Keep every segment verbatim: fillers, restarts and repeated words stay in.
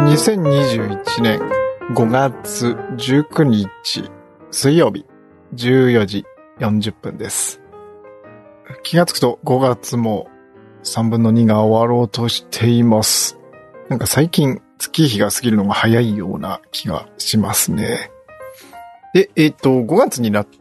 にせんにじゅういちねんごがつじゅうくにち水曜日じゅうよじよんじゅっぷんです。気がつくとごがつもさんぶんのにが終わろうとしています。なんか最近月日が過ぎるのが早いような気がしますね。で、えっと、ごがつになって、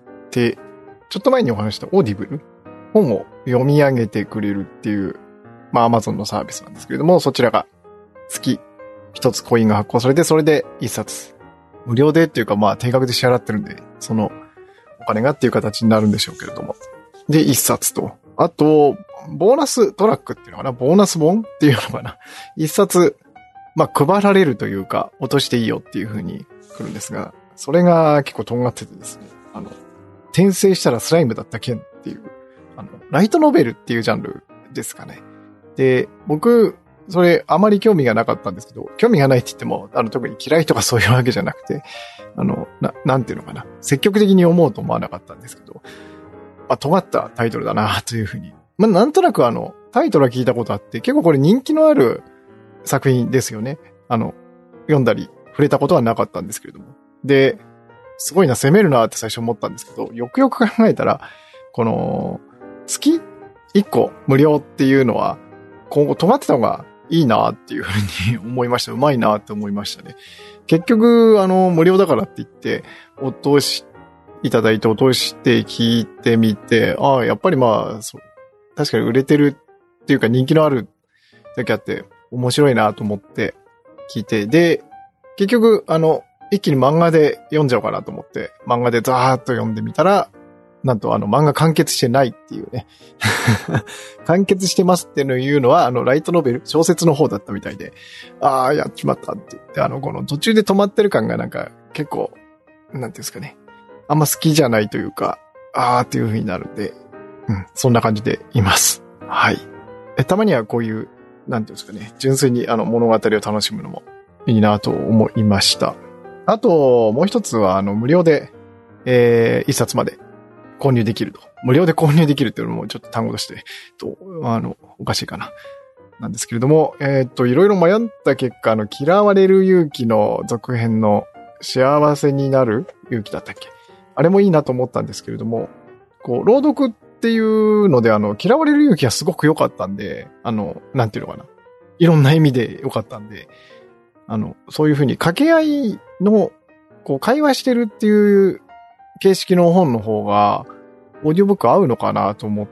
ちょっと前にお話したオーディブル、本を読み上げてくれるっていう、まあ Amazon のサービスなんですけれども、そちらが月一つコインが発行されて、それで一冊無料でっていうかまあ定額で支払ってるんで、そのお金がっていう形になるんでしょうけれども。で、一冊と、あと、ボーナストラックっていうのかな、ボーナス本っていうのかな、一冊、まあ配られるというか、落としていいよっていう風に来るんですが、それが結構とんがっててですね、あの、転生したらスライムだった件っていう、あの、ライトノベルっていうジャンルですかね。で、僕、それあまり興味がなかったんですけど、興味がないって言っても、あの、特に嫌いとかそういうわけじゃなくて、あの、な、なんていうのかな、積極的に思うと思わなかったんですけど、まあ、尖ったタイトルだなというふうに。まあ、なんとなくあの、タイトルは聞いたことあって、結構これ人気のある作品ですよね。あの、読んだり、触れたことはなかったんですけれども。で、すごいな、攻めるなって最初思ったんですけど、よくよく考えたら、この、月いっこ無料っていうのは、今後尖ってた方がいいなっていうふうに思いました。うまいなって思いましたね。結局、あの、無料だからって言って、お通しいただいて、お通して聞いてみて、ああ、やっぱりまあ、そう、確かに売れてるっていうか人気のあるだけあって、面白いなと思って聞いて、で、結局、あの、一気に漫画で読んじゃおうかなと思って、漫画でザーッと読んでみたら、なんとあの漫画完結してないっていうね。完結してますっていうのは、あの、ライトノベル、小説の方だったみたいで、ああ、やっちまったって言って、あの、この途中で止まってる感がなんか結構、なんていうんですかね。あんま好きじゃないというか、あーっていう風になるんで、うん、そんな感じでいます。はい。え、たまにはこういう、なんていうんですかね、純粋にあの物語を楽しむのもいいなと思いました。あと、もう一つは、あの、無料で、えー、一冊まで購入できると。無料で購入できるっていうのもちょっと単語として、と、あの、おかしいかな。なんですけれども、えー、っと、いろいろ迷った結果、あの、嫌われる勇気の続編の幸せになる勇気だったっけ？あれもいいなと思ったんですけれども、こう、朗読っていうので、あの、嫌われる勇気がすごく良かったんで、あの、なんていうのかな。いろんな意味で良かったんで、あの、そういうふうに掛け合いの、こう、会話してるっていう形式の本の方が、オーディオブック合うのかなと思って、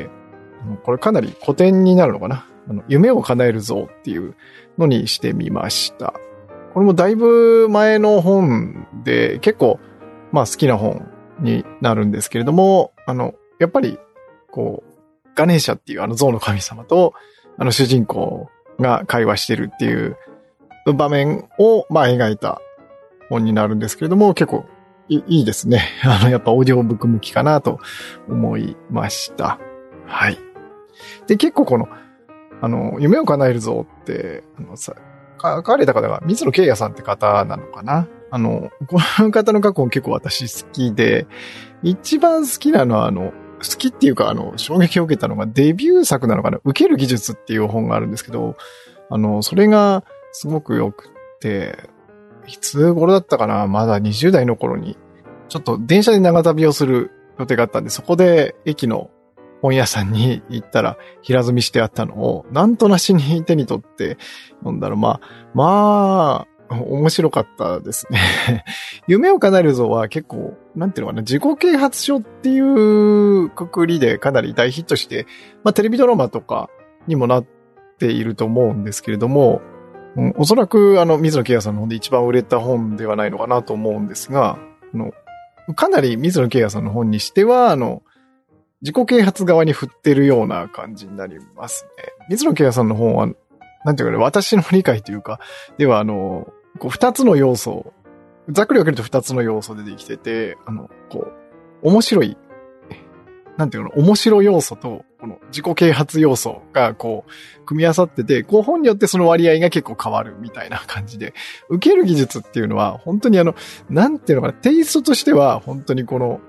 これかなり古典になるのかな。あの、夢を叶えるぞっていうのにしてみました。これもだいぶ前の本で、結構、まあ好きな本になるんですけれども、あの、やっぱり、こう、ガネーシャっていうあの象の神様と、あの主人公が会話してるっていう場面を、まあ描いた本になるんですけれども、結構い い, いいですね。あの、やっぱオーディオブック向きかなと思いました。はい。で、結構この、あの、夢を叶えるぞって、あのさ、書かれた方が水野慶也さんって方なのかな。あの、この方の過去結構私好きで、一番好きなのはあの、好きっていうかあの、衝撃を受けたのがデビュー作なのかな、受ける技術っていう本があるんですけど、あの、それがすごく良くて、いつ頃だったかな、まだにじゅう代の頃に、ちょっと電車で長旅をする予定があったんで、そこで駅の本屋さんに行ったら平積みしてあったのを、なんとなしに手に取って読んだら、まあ、まあ、面白かったですね。夢を叶えるぞは結構、なんていうのかな、自己啓発書っていうくくりでかなり大ヒットして、まあテレビドラマとかにもなっていると思うんですけれども、うん、おそらくあの、水野慶也さんの本で一番売れた本ではないのかなと思うんですが、あの、かなり水野慶也さんの本にしては、あの、自己啓発側に振ってるような感じになりますね。水野慶也さんの本は、なんていうかね、私の理解というか、ではあの、こう二つの要素、ざっくり分けると二つの要素でできてて、あの、こう、面白い、なんていうの、面白要素と、この自己啓発要素がこう、組み合わさってて、こう本によってその割合が結構変わるみたいな感じで、受ける技術っていうのは、本当にあの、なんていうのかな、テイストとしては、本当にこの、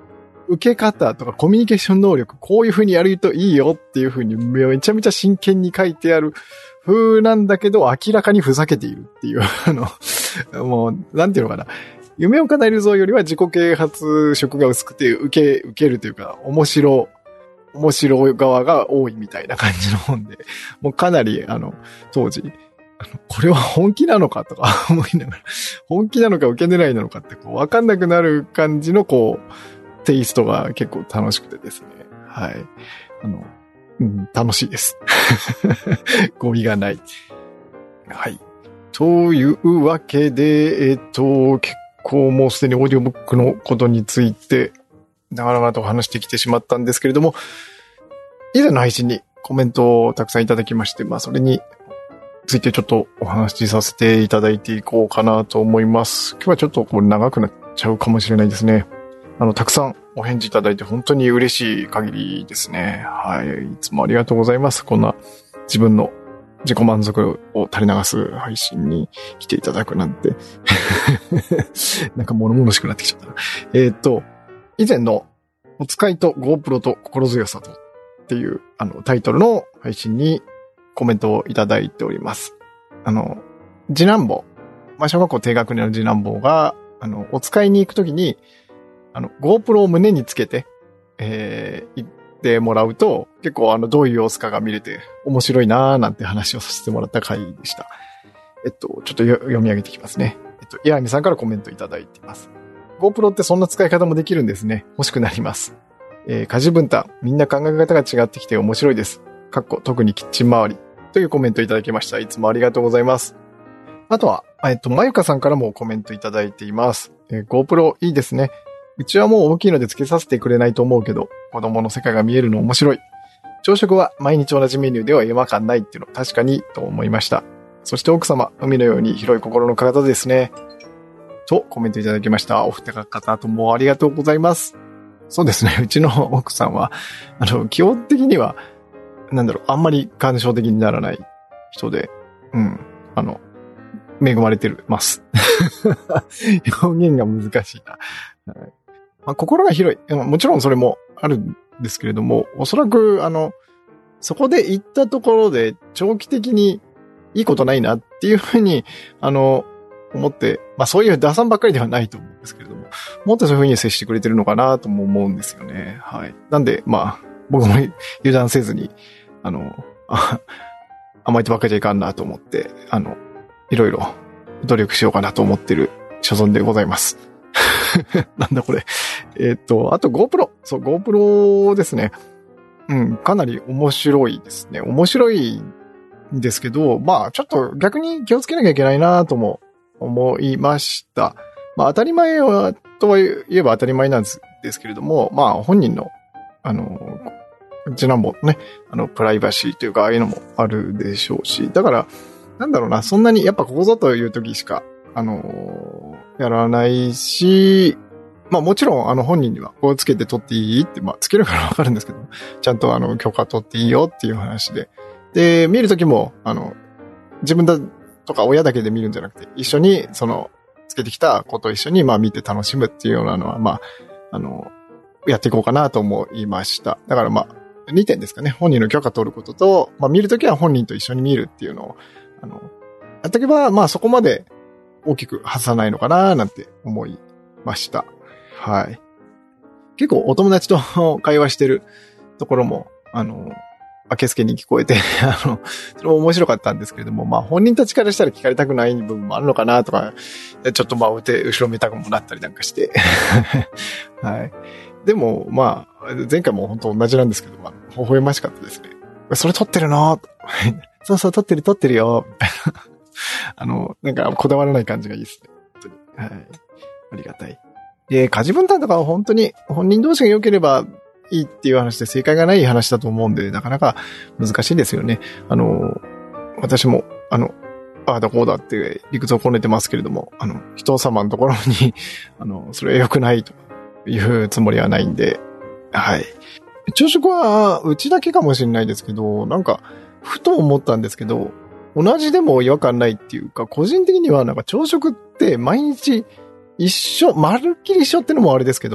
受け方とかコミュニケーション能力、こういう風にやるといいよっていう風にめちゃめちゃ真剣に書いてある風なんだけど、明らかにふざけているっていう、あの、もう、なんていうのかな。夢を叶えるぞよりは自己啓発色が薄くて、受け、受けるというか、面白、面白側が多いみたいな感じの本で、もうかなり、あの、当時、これは本気なのかとか思いながら、本気なのか受け狙いなのかってこう分かんなくなる感じのこう、テイストが結構楽しくてですね。はい。あの、うん、楽しいです。語彙がない。はい。というわけで、えっと、結構もうすでにオーディオブックのことについて、長々と話してきてしまったんですけれども、以前の配信にコメントをたくさんいただきまして、まあそれについてちょっとお話しさせていただいていこうかなと思います。今日はちょっとこれ長くなっちゃうかもしれないですね。あの、たくさんお返事いただいて本当に嬉しい限りですね。はい。いつもありがとうございます。こんな自分の自己満足を垂れ流す配信に来ていただくなんて。なんか物々しくなってきちゃったな。えっと、以前のお使いと GoPro と心強さとっていうあのタイトルの配信にコメントをいただいております。あの、次男坊、まあ、小学校低学年の次男坊が、あの、お使いに行くときに、あの、GoPro を胸につけて、えー、行ってもらうと、結構あの、どういう様子かが見れて、面白いなーなんて話をさせてもらった回でした。えっと、ちょっと読み上げていきますね。えっと、岩見さんからコメントいただいています。GoPro ってそんな使い方もできるんですね。欲しくなります。えー、家事分担、みんな考え方が違ってきて面白いです。かっこ特にキッチン周り。というコメントいただきました。いつもありがとうございます。あとは、えっと、まゆかさんからもコメントいただいています。えー、GoPro いいですね。うちはもう大きいのでつけさせてくれないと思うけど、子供の世界が見えるの面白い。朝食は毎日同じメニューでは違和感ないっていうの確かにと思いました。そして奥様、海のように広い心の方ですね。とコメントいただきました。お二方ともありがとうございます。そうですね。うちの奥さんは、あの、基本的には、なんだろう、あんまり感傷的にならない人で、うん、あの、恵まれてます。表現が難しいな。はい、まあ、心が広い。もちろんそれもあるんですけれども、おそらく、あの、そこで行ったところで長期的にいいことないなっていうふうに、あの、思って、まあそういう打算ばっかりではないと思うんですけれども、もっとそういうふうに接してくれてるのかなとも思うんですよね。はい。なんで、まあ、僕も油断せずに、あの、あ甘えてばっかりじゃいかんなと思って、あの、いろいろ努力しようかなと思ってる所存でございます。なんだこれ。えっと、あと GoPro。そう、GoPro ですね。うん、かなり面白いですね。面白いんですけど、まあ、ちょっと逆に気をつけなきゃいけないなとも思いました。まあ、当たり前は、とは言えば当たり前なんですですけれども、まあ、本人の、あの、次男坊のね、あの、プライバシーというか、ああいうのもあるでしょうし、だから、なんだろうな、そんなに、やっぱここぞという時しか、あのー、やらないし、まあもちろん、あの、本人には、こうつけて撮っていいって、まあ、つけるからわかるんですけど、ちゃんとあの、許可取っていいよっていう話で。で、見る時も、あの、自分だとか親だけで見るんじゃなくて、一緒に、その、つけてきた子と一緒に、まあ見て楽しむっていうようなのは、まあ、あの、やっていこうかなと思いました。だからまあ、にてんですかね。本人の許可取ることと、まあ見るときは本人と一緒に見るっていうのを、あの、やっとけば、まあそこまで大きく外さないのかななんて思いました。はい。結構お友達と会話してるところも、あの、あけすけに聞こえて、あの、それも面白かったんですけれども、まあ本人たちからしたら聞かれたくない部分もあるのかなとか、ちょっとまあ後ろめたくもなったりなんかして。はい。でも、まあ、前回も本当同じなんですけど、まあ、微笑ましかったですね。それ撮ってるのそうそう、撮ってる撮ってるよ。あの、なんかこだわらない感じがいいですね。本当に。はい。ありがたい。で、家事分担とかは本当に本人同士が良ければいいっていう話で正解がない話だと思うんで、なかなか難しいですよね。あの、私も、あの、ああだこうだって理屈をこねてますけれども、あの、人様のところに、あの、それは良くないというつもりはないんで、はい。朝食はうちだけかもしれないですけど、なんか、ふと思ったんですけど、同じでも違和感ないっていうか、個人的にはなんか朝食って毎日一緒、まるっきり一緒ってのもあれですけど、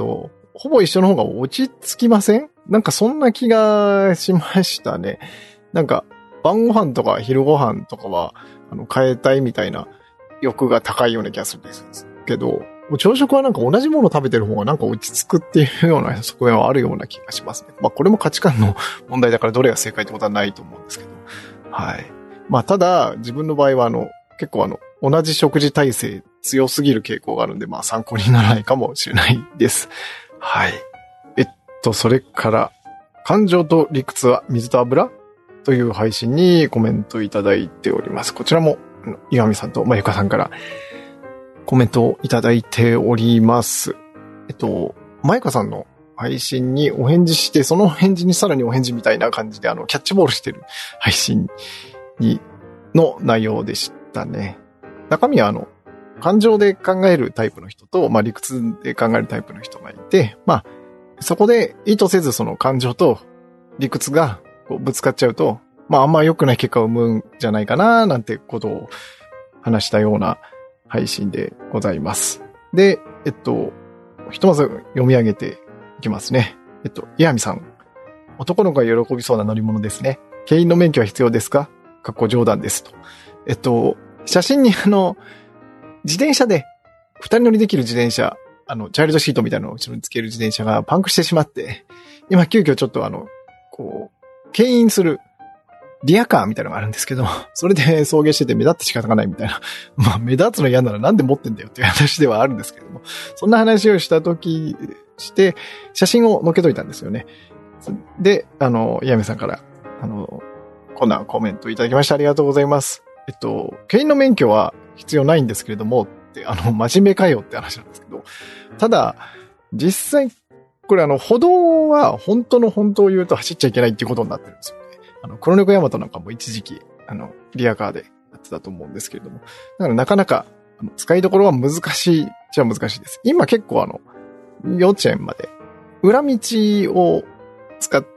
ほぼ一緒の方が落ち着きません？なんかそんな気がしましたね。なんか晩ご飯とか昼ご飯とかはあの変えたいみたいな欲が高いような気がするんですけど、朝食はなんか同じものを食べてる方がなんか落ち着くっていうような側面はあるような気がしますね。まあこれも価値観の問題だからどれが正解ってことはないと思うんですけど。はい。まあただ自分の場合はあの結構あの同じ食事体制強すぎる傾向があるんで、まあ参考にならないかもしれないです。はい。えっと、それから感情と理屈は水と油という配信にコメントいただいております。こちらも岩見さんとまゆかさんからコメントをいただいております。えっと、まゆかさんの配信にお返事して、その返事にさらにお返事みたいな感じで、あの、キャッチボールしてる配信に、の内容でしたね。中身はあの、感情で考えるタイプの人と、まあ理屈で考えるタイプの人がいて、まあ、そこで意図せずその感情と理屈がこうぶつかっちゃうと、まああんま良くない結果を生むんじゃないかな、なんてことを話したような配信でございます。で、えっと、ひとまず読み上げていきますね。えっと、岩見さん。男の子が喜びそうな乗り物ですね。牽引の免許は必要ですか？かっこ冗談ですと。えっと、写真にあの、自転車で二人乗りできる自転車、あの、チャイルドシートみたいなのを後ろにつける自転車がパンクしてしまって、今急遽ちょっとあの、こう、牽引するリアカーみたいなのがあるんですけど、それで送迎してて目立って仕方がないみたいな。まあ目立つの嫌ならなんで持ってんだよっていう話ではあるんですけども、そんな話をした時して、写真を載っけといたんですよね。で、あの、岩見さんから、あの、こんなコメントいただきましてありがとうございます。えっと、牽引の免許は必要ないんですけれども、って、あの、真面目かよって話なんですけど、ただ、実際、これあの、歩道は本当の本当を言うと走っちゃいけないっていうことになってるんですよね。あの、黒猫ヤマトなんかも一時期、あの、リアカーでやってたと思うんですけれども、だからなかなか、あの使いどころは難しいじゃ難しいです。今結構あの、幼稚園まで、裏道を使って、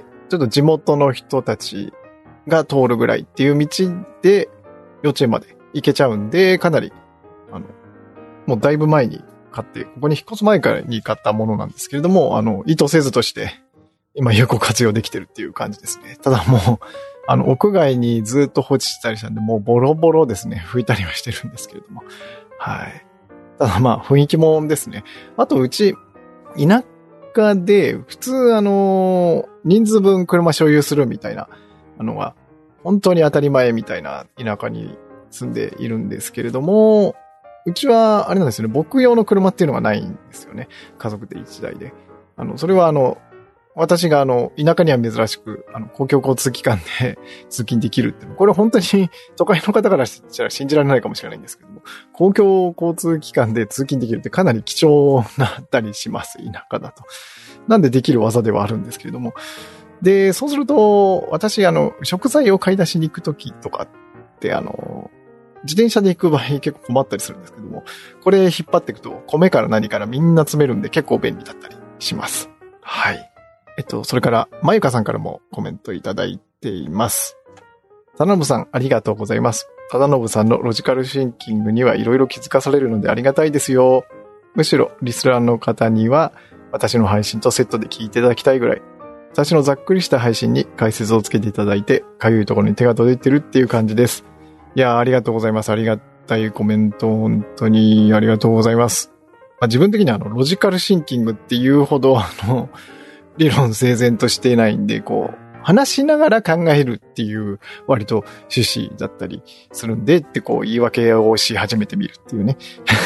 ちょっと地元の人たちが通るぐらいっていう道で、幼稚園まで行けちゃうんで、かなり、あの、もうだいぶ前に買って、ここに引っ越す前からに買ったものなんですけれども、あの、意図せずとして、今有効活用できてるっていう感じですね。ただもう、あの、屋外にずっと放置したりしたんで、もうボロボロですね。拭いたりはしてるんですけれども。はい。ただまあ、雰囲気もんですね。あと、うち、田舎で、普通あの、人数分車所有するみたいなのが、本当に当たり前みたいな田舎に住んでいるんですけれども、うちは、あれなんですよね、僕用の車っていうのがないんですよね。家族で一台で。あの、それはあの、私があの、田舎には珍しく、あの、公共交通機関で通勤できるっていうの。これ本当に都会の方からしたら信じられないかもしれないんですけども、公共交通機関で通勤できるってかなり貴重なったりします、田舎だと。なんでできる技ではあるんですけれども。で、そうすると、私、あの、食材を買い出しに行くときとかって、あの、自転車で行く場合結構困ったりするんですけども、これ引っ張っていくと、米から何からみんな詰めるんで結構便利だったりします。はい。えっと、それから、まゆかさんからもコメントいただいています。ただのぶさん、ありがとうございます。ただのぶさんのロジカルシンキングにはいろいろ気づかされるのでありがたいですよ。むしろ、リスナーの方には、私の配信とセットで聞いていただきたいぐらい、私のざっくりした配信に解説をつけていただいて、かゆいところに手が届いてるっていう感じです。いやー、ありがとうございます。ありがたいコメント、本当にありがとうございます。まあ、自分的にはあの、ロジカルシンキングっていうほど、あの、理論整然としていないんで、こう、話しながら考えるっていう割と趣旨だったりするんでってこう言い訳をし始めてみるっていうね。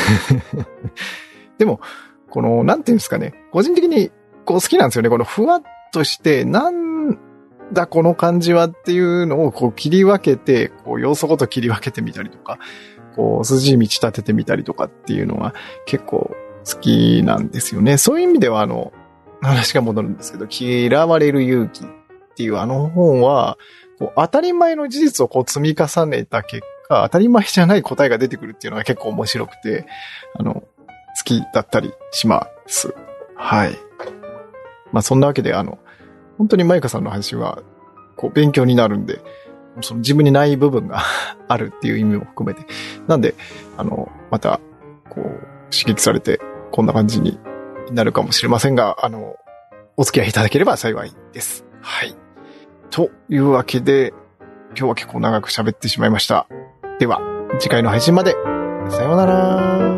でも、この、なんていうんですかね、個人的にこう好きなんですよね。このふわっとして、なんだこの感じはっていうのをこう切り分けて、こう要素ごと切り分けてみたりとか、こう筋道立ててみたりとかっていうのは結構好きなんですよね。そういう意味ではあの、話が戻るんですけど、嫌われる勇気っていうあの本は、こう当たり前の事実をこう積み重ねた結果、当たり前じゃない答えが出てくるっていうのが結構面白くて、あの、好きだったりします。はい。まあそんなわけで、あの、本当にマイカさんの話は、こう勉強になるんで、その自分にない部分があるっていう意味も含めて。なんで、あの、また、こう、刺激されて、こんな感じにになるかもしれませんが、あの、お付き合いいただければ幸いです。はい。というわけで、今日は結構長く喋ってしまいました。では、次回の配信まで。さようなら。